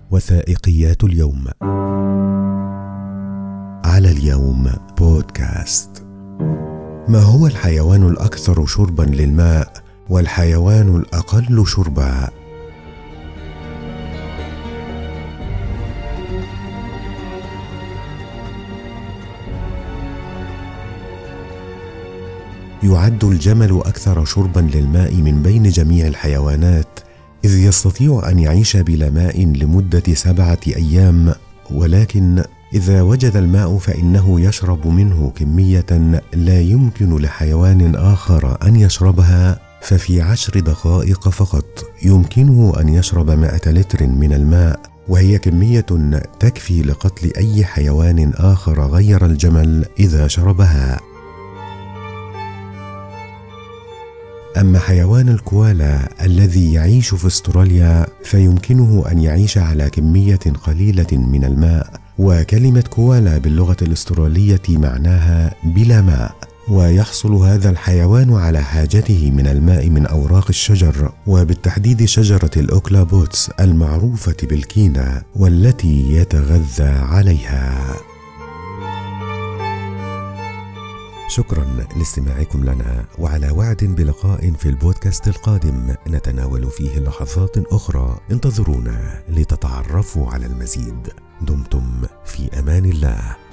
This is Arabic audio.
وثائقيات اليوم. على اليوم بودكاست. ما هو الحيوان الأكثر شربا للماء والحيوان الأقل شربا؟ يعد الجمل أكثر شربا للماء من بين جميع الحيوانات، إذ يستطيع أن يعيش بلا ماء لمدة 7 أيام، ولكن إذا وجد الماء فإنه يشرب منه كمية لا يمكن لحيوان آخر أن يشربها، ففي 10 دقائق فقط يمكنه أن يشرب 100 لتر من الماء، وهي كمية تكفي لقتل أي حيوان آخر غير الجمل إذا شربها. أما حيوان الكوالا الذي يعيش في أستراليا فيمكنه أن يعيش على كمية قليلة من الماء، وكلمة كوالا باللغة الأسترالية معناها بلا ماء، ويحصل هذا الحيوان على حاجته من الماء من أوراق الشجر، وبالتحديد شجرة الأوكلابوتس المعروفة بالكينا والتي يتغذى عليها. شكرا لاستماعكم لنا، وعلى وعد بلقاء في البودكاست القادم نتناول فيه لحظات أخرى. انتظرونا لتتعرفوا على المزيد. دمتم في أمان الله.